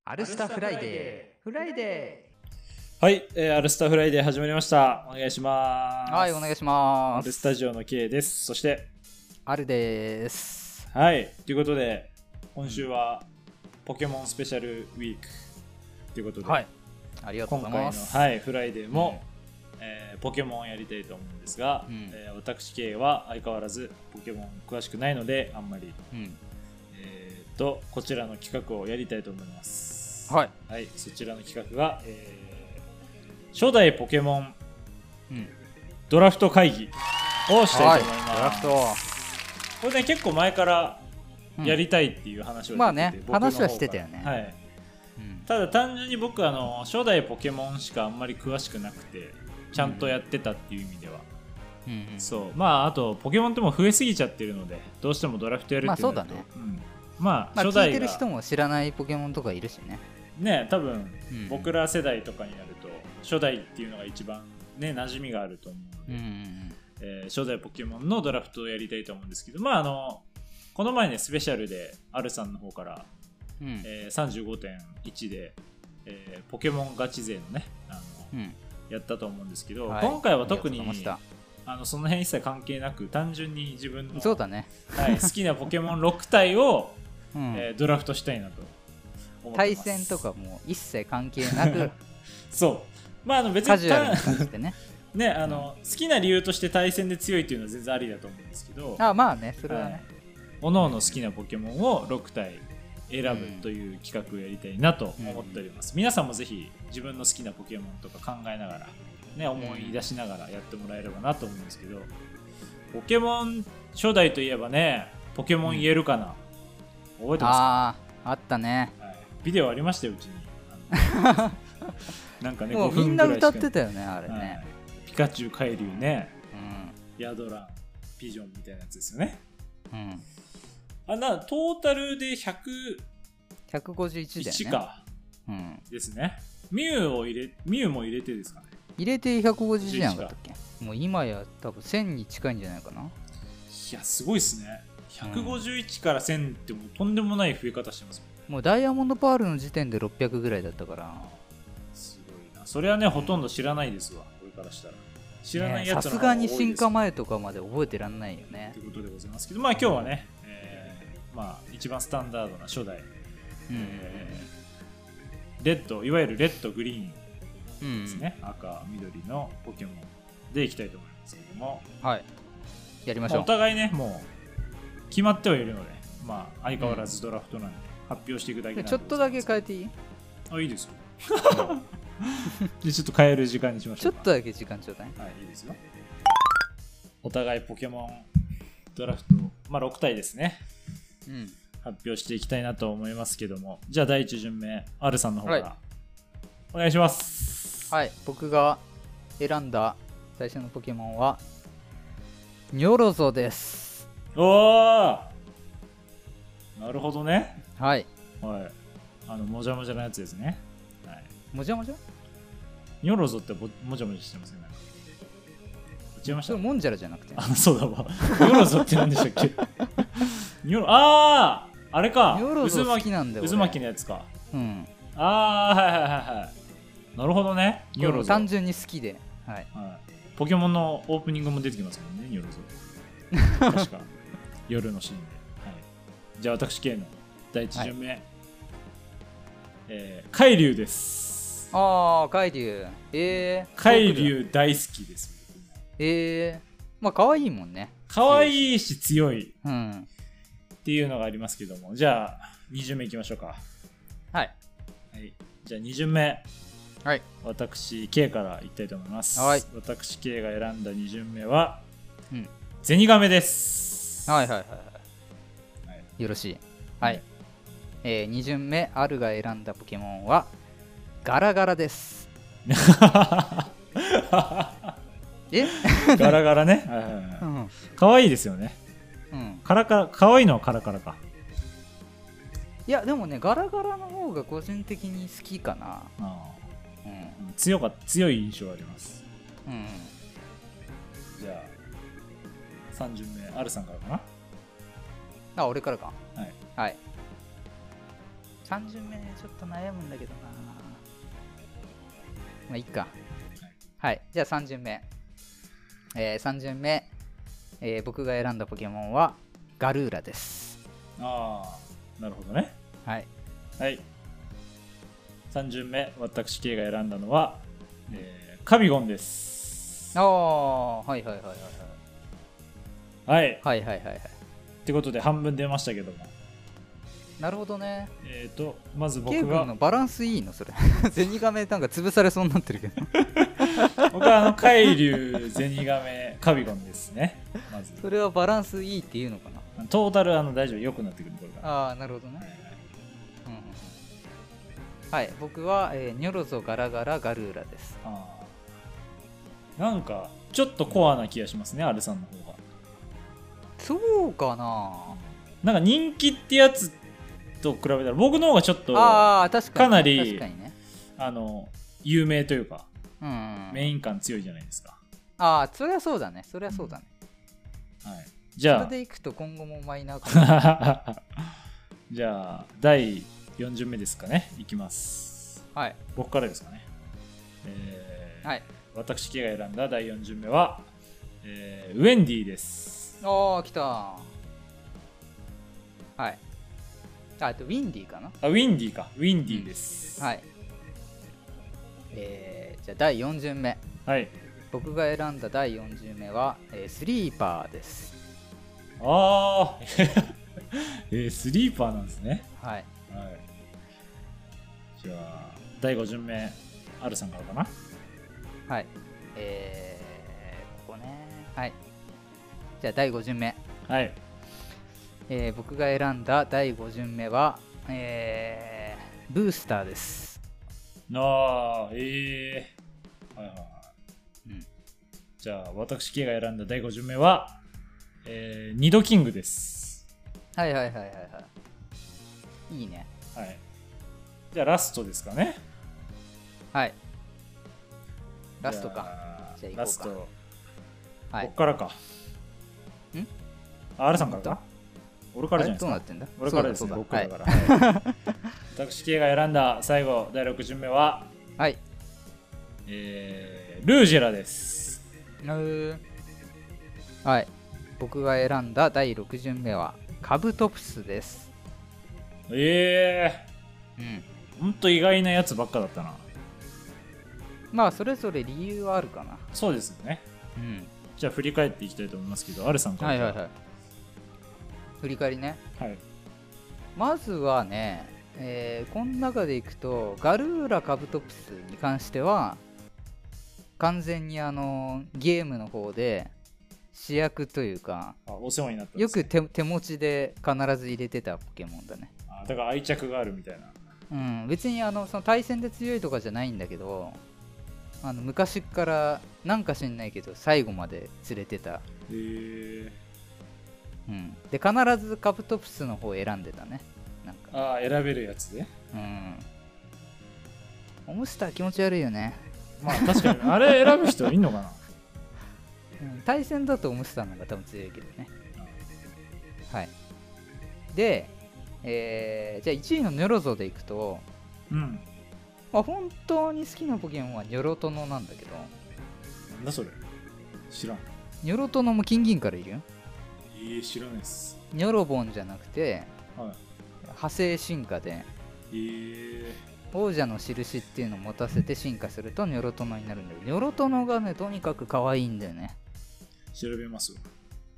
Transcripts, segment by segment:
アルスタフライデーフライデはい、アルスタフライデー始まりました。お願いします。 はい、お願いしまアルす。 スタジオの K です。そしてアルです。 はい、ということで今週はポケモンスペシャルウィークということで、 はい、ありがとうご今回の、 ざいます。 はい、フライデーも、ポケモンをやりたいと思うんですが、私 K は相変わらずポケモン詳しくないのであんまり、こちらの企画をやりたいと思います。 はい、 はい、そちらの企画が、初代ポケモンドラフト会議をしたいと思います。 ドラフト。 これね結構前からやりたいっていう話をまあね、 僕の方から話はしてたよね。 はい。ただ単純に僕初代ポケモンしかあんまり詳しくなくてちゃんとやってたっていう意味では、そうまああとポケモンってもう増えすぎちゃってるのでどうしてもドラフトやるっていうのと、 まあそうだね。 まあ初聞代がいてる人も知らないポケモンとかいるしね。 ね多分、僕ら世代とかになると初代っていうのが一番ね馴染みがあると思うので、初代ポケモンのドラフトをやりたいと思うんですけど、まあこの前ねスペシャルでアルさんの方から、35.1 で、ポケモンガチ勢のねやったと思うんですけど、今回は特にその辺一切関係なく単純に自分のそうだね、 好きなポケモン6体を、ドラフトしたいなと思ってます。 対戦とかも一切関係なくそうまあ別にカジュアルに感じてねね好きな理由として対戦で強いっていうのは全然ありだと思うんですけど、 まあねそれはね、 各々好きなポケモンを6体選ぶという企画をやりたいなと思っております。皆さんもぜひ自分の好きなポケモンとか考えながら、ね、思い出しながらやってもらえればなと思うんですけど、ポケモン初代といえばねポケモン言えるかな、覚えてますか？ あったね、 ビデオありましたようちになんかねもうみんな歌ってたよねあれね、 ピカチュウ、カイリュウね、ヤドラン、ピジョンみたいなやつですよね。トータルで 151だよね。 か、ですね。ミュウも入れてですかね。 入れて150じゃなかったっけ？もう今や多分1000に近いんじゃないかな。 いやすごいですね。151から1000ってもうとんでもない増え方してますもん。 もうダイヤモンドパールの時点で600ぐらいだったから。 すごいな。それはねほとんど知らないですわ。これからしたら知らないやつのさすがに進化前とかまで覚えてらんないよね。 ということでございますけど、まあ今日はね、まあ一番スタンダードな初代、レッド、いわゆるレッドグリーンですね、赤緑のポケモンでいきたいと思いますけども、 はいやりましょう。 お互いねもう決まってはいるので、まあ相変わらずドラフトなんで発表していくだけなんで、 ちょっとだけ変えていい？ いいですよでちょっと変える時間にしましょうか。 ちょっとだけ時間ちょうだい。 はい、いいですよ。お互いポケモンドラフト、まあ6体ですね、発表していきたいなと思いますけども、じゃあ第1巡目 R さんの方からお願いします。 はい、僕が選んだ最初のポケモンはニョロゾです。 おー、なるほどね。 はい、 もじゃもじゃなやつですね。 もじゃもじゃニョロゾってもじゃもじゃしてますね。違いました？ モンジャラじゃなくて、 そうだわ。ニョロゾって何でしたっけ？あれか。 ニョロゾ好きなんだよ。 渦巻きのやつか。 はいなるほどね。ニョロゾ単純に好きで、 ポケモンのオープニングも出てきますもんね、ニョロゾ確か夜のシーンで、じゃあ私 K の第1巡目、カイリュウです。 カイリュウ、 カイリュウ大好きです。 まあ可愛いもんね。 可愛いし強い、 っていうのがありますけども、じゃあ2巡目いきましょうか。 はい、 じゃあ2巡目、私 K からいきたいと思います。私 K が選んだ2巡目は、ゼニガメです。 よろしい。2巡目 R が選んだポケモンはガラガラですガラガラね。可愛いですよね。カラカラ、可愛いのはカラカラか。 いやでもねガラガラの方が個人的に好きかな。 強い印象あります。じゃあ3巡目 R さんからかな。 俺からか。 3巡目ちょっと悩むんだけどな。まあいいか。はい、じゃあ3巡目。3巡目、僕が選んだポケモンはガルーラです。 ああ、なるほどね。 はい。 はい。3巡目、私 K が選んだのは、カビゴンです。 ああ、はいはいはいはいはい。 はいはいはいはい。 ってことで半分出ましたけども。 なるほどね。 まず僕ケイ君がのバランスいいのそれ。ゼニガメなんか潰されそうになってるけど。 僕は海竜、ゼニガメ、カビゴンですね。まずそれはバランスいいっていうのかな。 トータル大丈夫、良くなってくるこれから。 ああ、なるほどね。はい、僕は、ニョロゾガラガラガルーラです。 なんかちょっとコアな気がしますね、アルさんの方が。 そうかな。 なんか人気ってやつと比べたら僕の方がちょっと確かにかなり確かにね、 有名というか、 うんメイン感強いじゃないですか。 ああ、そりゃそうだね、そりゃそうだね。 はい、じゃあそれでいくと今後もマイナーかも。 じゃあ第4巡目ですかね、いきます。 はい、 僕からですかね。 はい、 私 K が選んだ第4巡目は、ウェンディです。 ああ、来た。はい。あとウィンディかな。 ウィンディか、ウィンディです。 はい。じゃあ第4巡目。 はい。 僕が選んだ第4巡目は、スリーパーです。 ああ、スリーパーなんですね。 はい。 はい。じゃあ第5巡目、アルさんからかな。 はい。ここね。はい。じゃあ第5巡目。 はい。 僕が選んだ第5巡目は、ブースターです。 はいはいはい。じゃあ私 K が選んだ第5巡目は、ニドキングです。 はいはいはいはいはい。いいね。 はい。じゃあラストですかね。 はい。ラストか。じゃあ行こうか。 ラスト。 はい。 こっからか。アルさんからか。俺からじゃないですか。 どうなってんだ。 俺からですね。僕だから。私 K が選んだ最後第6巡目は、 はい。 ルージェラです。 はい。僕が選んだ第6巡目はカブトプスです。 ほんと意外なやつばっかだったな。 まあそれぞれ理由はあるかな。 そうですよね。じゃあ振り返っていきたいと思いますけど、アルさんから。 はいはいはい。振り返りね。 はい。 まずはね、この中でいくとガルーラカブトプスに関しては完全にゲームの方で主役というか、 お世話になった、 よく手持ちで必ず入れてたポケモンだね。 だから愛着があるみたいな。 別にその対戦で強いとかじゃないんだけど、昔からなんか知んないけど最後まで連れてた。で必ずカブトプスの方を選んでたね。なんか選べるやつで。 オムスター気持ち悪いよね。 まあ確かにあれ選ぶ人いんのかな。 対戦だとオムスターの方が多分強いけどね。はい。で、じゃあ1位のニョロゾでいくと、本当に好きなポケモンはニョロトノなんだけど。 なんだそれ、知らん。 ニョロトノも金銀からいるよ。 知らないです。 ニョロボンじゃなくて、派生進化で、王者の印っていうのを持たせて進化するとニョロトノになるんだけど、ニョロトノがねとにかく可愛いんだよね。 調べますよ。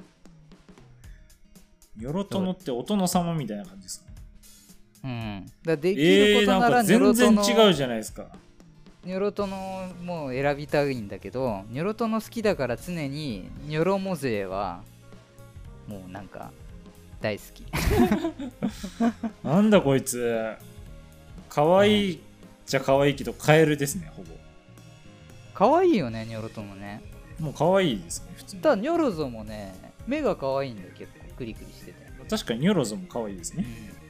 ニョロトノってお殿様みたいな感じですか。 だできることならニョロトノ、 全然違うじゃないですか。 ニョロトノも選びたいんだけど、ニョロトノ好きだから常にニョロモ勢はもうなんか大好き。 なんだこいつ、かわいいじゃかわいいけどカエルですね、ほぼ。 かわいいよねニョロトノね。 もうかわいいですね普通に。 ただニョロゾもね目がかわいいんだよ、結構クリクリしてて。 確かにニョロゾもかわいいですね。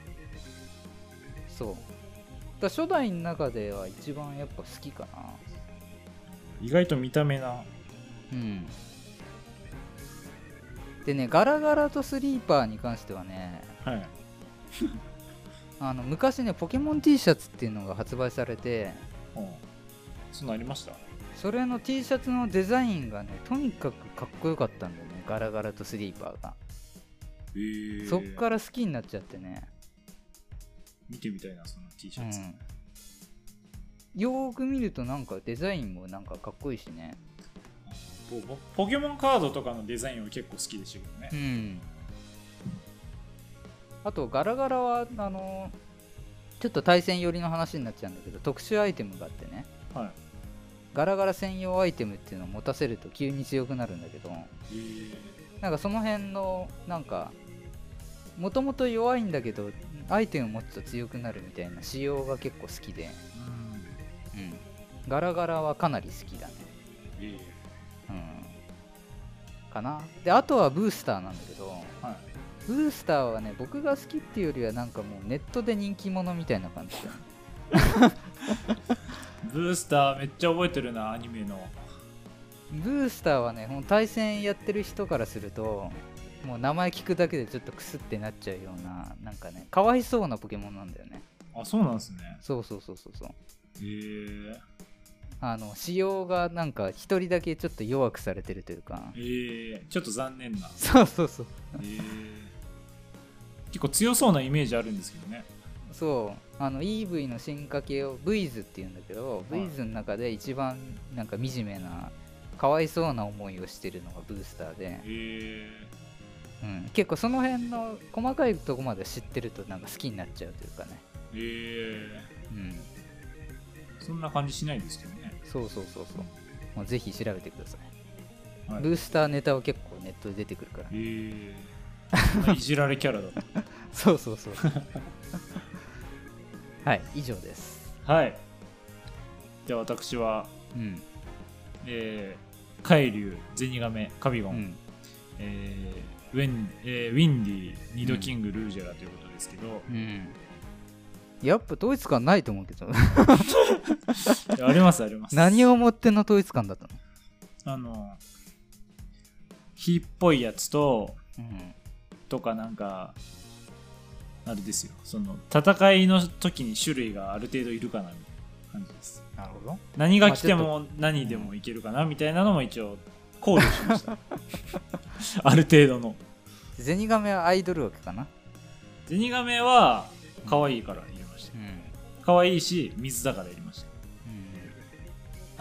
そうだ、初代の中では一番やっぱ好きかな。 意外と見た目な。 でね、ガラガラとスリーパーに関してはね、 昔ねポケモン T シャツっていうのが発売されて、 そんなありました？ それの T シャツのデザインがねとにかくかっこよかったんだよね、ガラガラとスリーパーが。そっから好きになっちゃってね。 見てみたいな、その T シャツ、 よーく見るとなんかデザインもなんかかっこいいしね。 ポケモンカードとかのデザインは結構好きでしたけどね。 あとガラガラはちょっと対戦寄りの話になっちゃうんだけど、特殊アイテムがあってね、ガラガラ専用アイテムっていうのを持たせると急に強くなるんだけど、なんかその辺のなんかもともと弱いんだけどアイテムを持つと強くなるみたいな仕様が結構好きで、ガラガラはかなり好きだね。かな。であとはブースターなんだけど、ブースターはね僕が好きっていうよりはなんかもうネットで人気者みたいな感じだブースターめっちゃ覚えてるな、アニメの。 ブースターはねもう対戦やってる人からするともう名前聞くだけでちょっとクスってなっちゃうような、なんかねかわいそうなポケモンなんだよね。 あ、そうなんですね。 そう仕様がなんか一人だけちょっと弱くされてるというか、 ちょっと残念な。 そう結構強そうなイメージあるんですけどね。 EV の進化系を V's っていうんだけど、V's の中で一番なんか惨めなかわいそうな思いをしてるのがブースターで、結構その辺の細かいとこまで知ってるとなんか好きになっちゃうというかね。 そんな感じしないんですけどね。 もうぜひ調べてください。ブースターネタは結構ネットで出てくるから。 いじられキャラだそうはい以上です。 では私は、海竜、ゼニガメ、カビゴン、ウィンディ、ニドキング、ルージェラということですけど、 やっぱ統一感ないと思うけどあります何をもっての統一感だったの？火っぽいやつと、とかなんかあれですよ、その戦いの時に種類がある程度いるかなみたいな感じです。 なるほど。 何が来ても何でもいけるかなみたいなのも一応考慮しましたある程度の。 ゼニガメはアイドル枠かな。 ゼニガメは可愛いから入れました。可愛いし水だから入れました。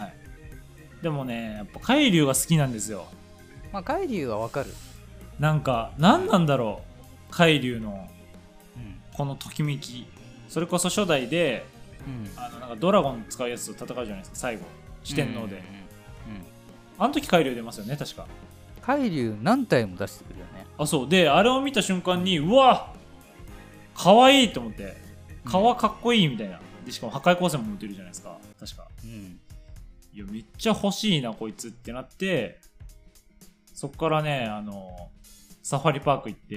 でもねやっぱ海竜が好きなんですよ。 海竜はわかる。 なんか何なんだろう、海竜のこのときめき。それこそ初代で、なんかドラゴン使うやつと戦うじゃないですか、最後四天王で。あの時海竜出ますよね確か。 海竜何体も出してくるよね。 そうで、あれを見た瞬間にうわかわいいと思って、顔かっこいいみたいな。でしかも破壊光線も持てるじゃないですか確か。いやめっちゃ欲しいなこいつってなって、そっからねサファリパーク行って、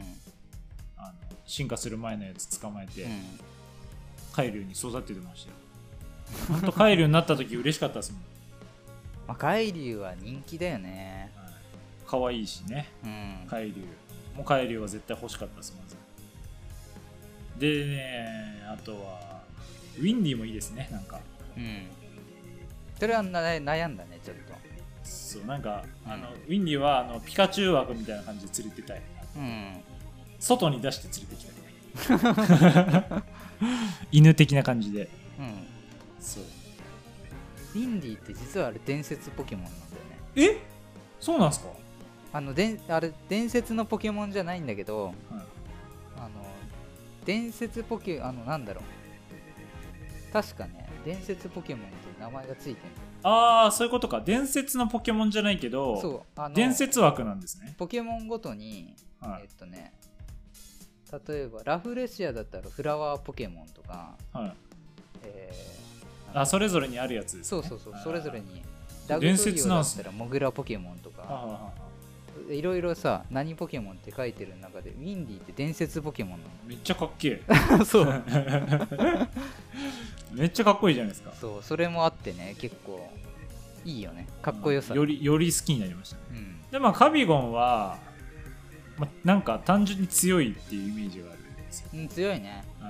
進化する前のやつ捕まえて、海竜に育ててましたよ。ほんと海竜になった時嬉しかったですもん。 海竜は人気だよね。 可愛いしね、海竜もう海竜は絶対欲しかったですまず。でね、あとはウィンディもいいですね。なんかそれは悩んだねちょっと。 そうなんかウィンディはピカチュウ枠みたいな感じで連れてたい、外に出して連れてきたい犬的な感じで。そうウィンディって実はあれ伝説ポケモンなんだよね。 そうなんすか？ あれ伝説のポケモンじゃないんだけど、伝説ポケなんだろう、確かね伝説ポケモンって名前がついてる。 そういうことか。伝説のポケモンじゃないけど伝説枠なんですね。 ポケモンごとに、例えばラフレシアだったらフラワーポケモンとか、 それぞれにあるやつですね。 それぞれに。ラグトリオだったらモグラポケモンとか、いろいろさ、何ポケモンって書いてる中でウィンディって伝説ポケモンなの。 めっちゃかっけえそうめっちゃかっこいいじゃないですか。 それもあってね、結構いいよね、かっこよさ、 より好きになりましたね。でカビゴンは、なんか単純に強いっていうイメージがある。 ですよ。 強いね。 はい、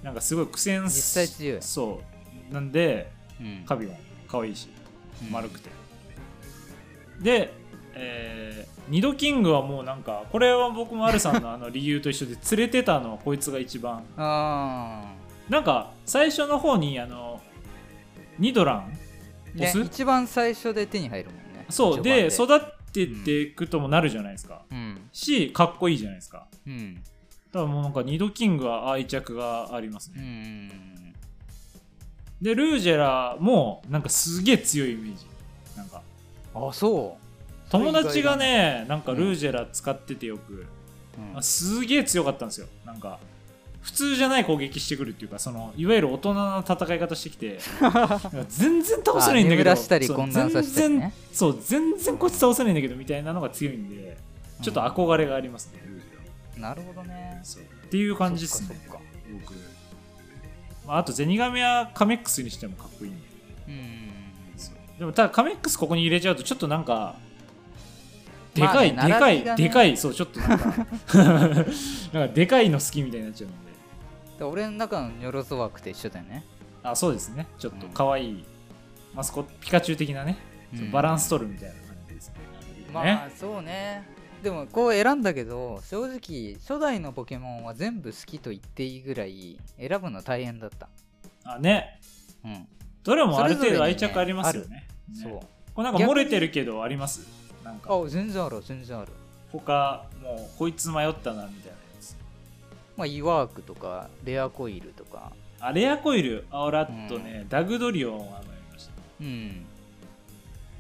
なんかすごい苦戦実際強い。 そうなんで、カビゴンかわいいし丸くて、で、ニドキングはもうなんかこれは僕もアルさんの理由と一緒で連れてたのはこいつが一番なんか最初の方にニドランね、一番最初で手に入るもんね。 そうで育ってっていくともなるじゃないですか、しかっこいいじゃないですか、だからもうなんかニドキングは愛着がありますね、でルージェラもなんかすげえ強いイメージ。なんかそう友達がねなんかルージェラ使っててよく、すげえ強かったんですよ。なんか普通じゃない攻撃してくるっていうか、そのいわゆる大人の戦い方してきて全然倒せないんだけど、そう全然こいつ倒せないんだけどみたいなのが強いんで、ちょっと憧れがありますね、ルージェラ。 なるほどね。 そうっていう感じですね僕。あとゼニガメはカメックスにしてもかっこいいんで、でもただカメックスここに入れちゃうとちょっとなんかでかい、でかい、そうちょっとなんかなんかでかいの好きみたいになっちゃうんで。 俺の中のニョロゾワークと一緒だよね。 そうですね。ちょっと可愛いマスコットピカチュウ的なね、バランス取るみたいな感じですね。 まあそうね。でもこう選んだけど、正直初代のポケモンは全部好きと言っていいぐらい選ぶの大変だった。 ね。どれもある程度愛着ありますよね。 そう。 これなんか漏れてるけどあります？なんか全然ある。 他もうこいつ迷ったなみたいなやつ。 イワークとかレアコイルとか。 レアコイル、俺あとね、ダグドリオンは迷いました。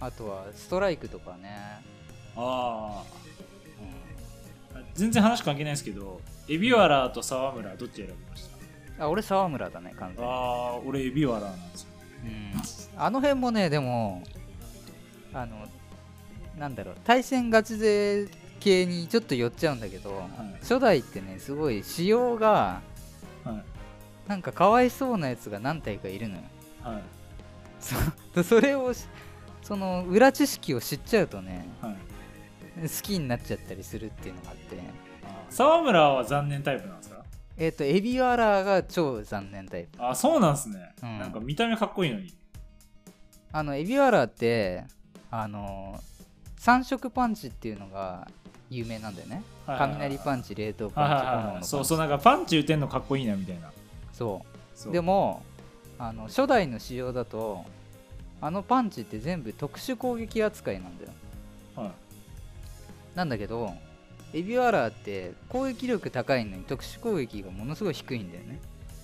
あとはストライクとかね。 全然話関係ないですけど、エビワラと沢村どっち選びました？ 俺沢村だね、完全に。 俺エビワラなんですよ。 あの辺もね、でもなんだろう、対戦ガチ勢系にちょっと寄っちゃうんだけど、初代ってねすごい仕様が、なんかかわいそうなやつが何体かいるのよ。それをその裏知識を知っちゃうとね、好きになっちゃったりするっていうのがあって。 沢村は残念タイプなんですか？ エビワラが超残念タイプ。 そうなんですね、なんか見た目かっこいいのに。 エビワラって3色パンチっていうのが有名なんだよね。雷パンチ、冷凍パンチ、炎のパンチ。 そうなんかパンチ打てんのかっこいいなみたいな。 そうでも初代の仕様だとパンチって全部特殊攻撃扱いなんだよ。なんだけどエビワラって攻撃力高いのに特殊攻撃がものすごい低いんだよね。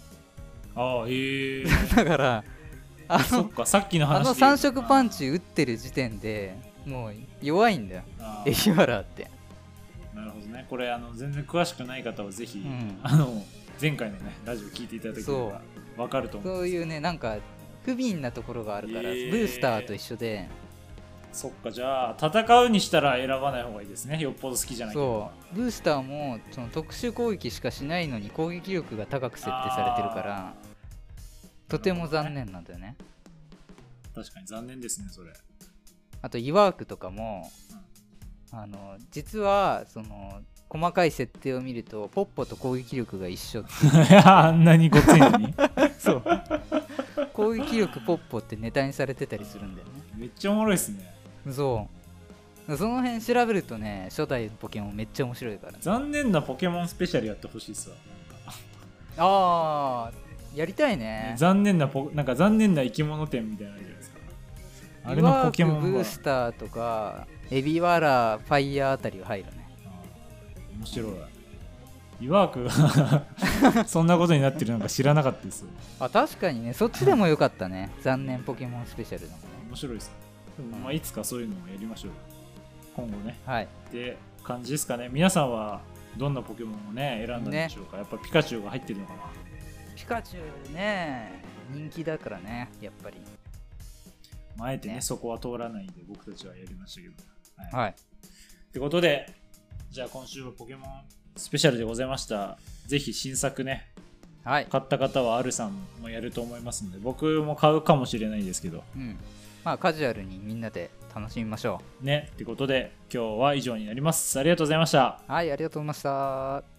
だからそっか、さっきの話 3色パンチ打ってる時点でもう弱いんだよ、エビワラって。 なるほどね。これ全然詳しくない方はぜひ、前回のねラジオ聞いていただければ分かると思う。 そういうね、なんか不憫なところがあるから、ブースターと一緒で。 そっか、じゃあ戦うにしたら選ばない方がいいですね、よっぽど好きじゃないけど。 ブースターもその特殊攻撃しかしないのに攻撃力が高く設定されてるからとても残念なんだよね。 確かに残念ですね、それ。 あとイワークとかも、実はその細かい設定を見るとポッポと攻撃力が一緒ってあんなにごついのにそう攻撃力ポッポってネタにされてたりするんだよね。 めっちゃおもろいっすね。 その辺調べるとね、初代ポケモンめっちゃ面白いから、ね。 残念なポケモンスペシャルやってほしいっすわ。やりたいね。 残念ななんか残念な生き物展みたいなのじゃないですか。あれのポケモンブースターとかエビワラ、ファイヤーあたりが入るね。 面白い。イワークがそんなことになってるのか知らなかったです。 確かにね、そっちでもよかったね。残念ポケモンスペシャルのもね。 面白いです。いつかそういうのもやりましょう。今後ね。って感じですかね。皆さんはどんなポケモンをね選んだんでしょうか。やっぱピカチュウが入ってるのかな。 ピカチュウね、人気だからね、やっぱり。 あえてね、そこは通らないんで僕たちはやりましたけど。 ってことで、じゃあ今週はポケモンスペシャルでございました。ぜひ新作ね、買った方はアルさんもやると思いますので、僕も買うかもしれないですけど、 カジュアルにみんなで楽しみましょうね。ってことで今日は以上になります。ありがとうございました。 ありがとうございました。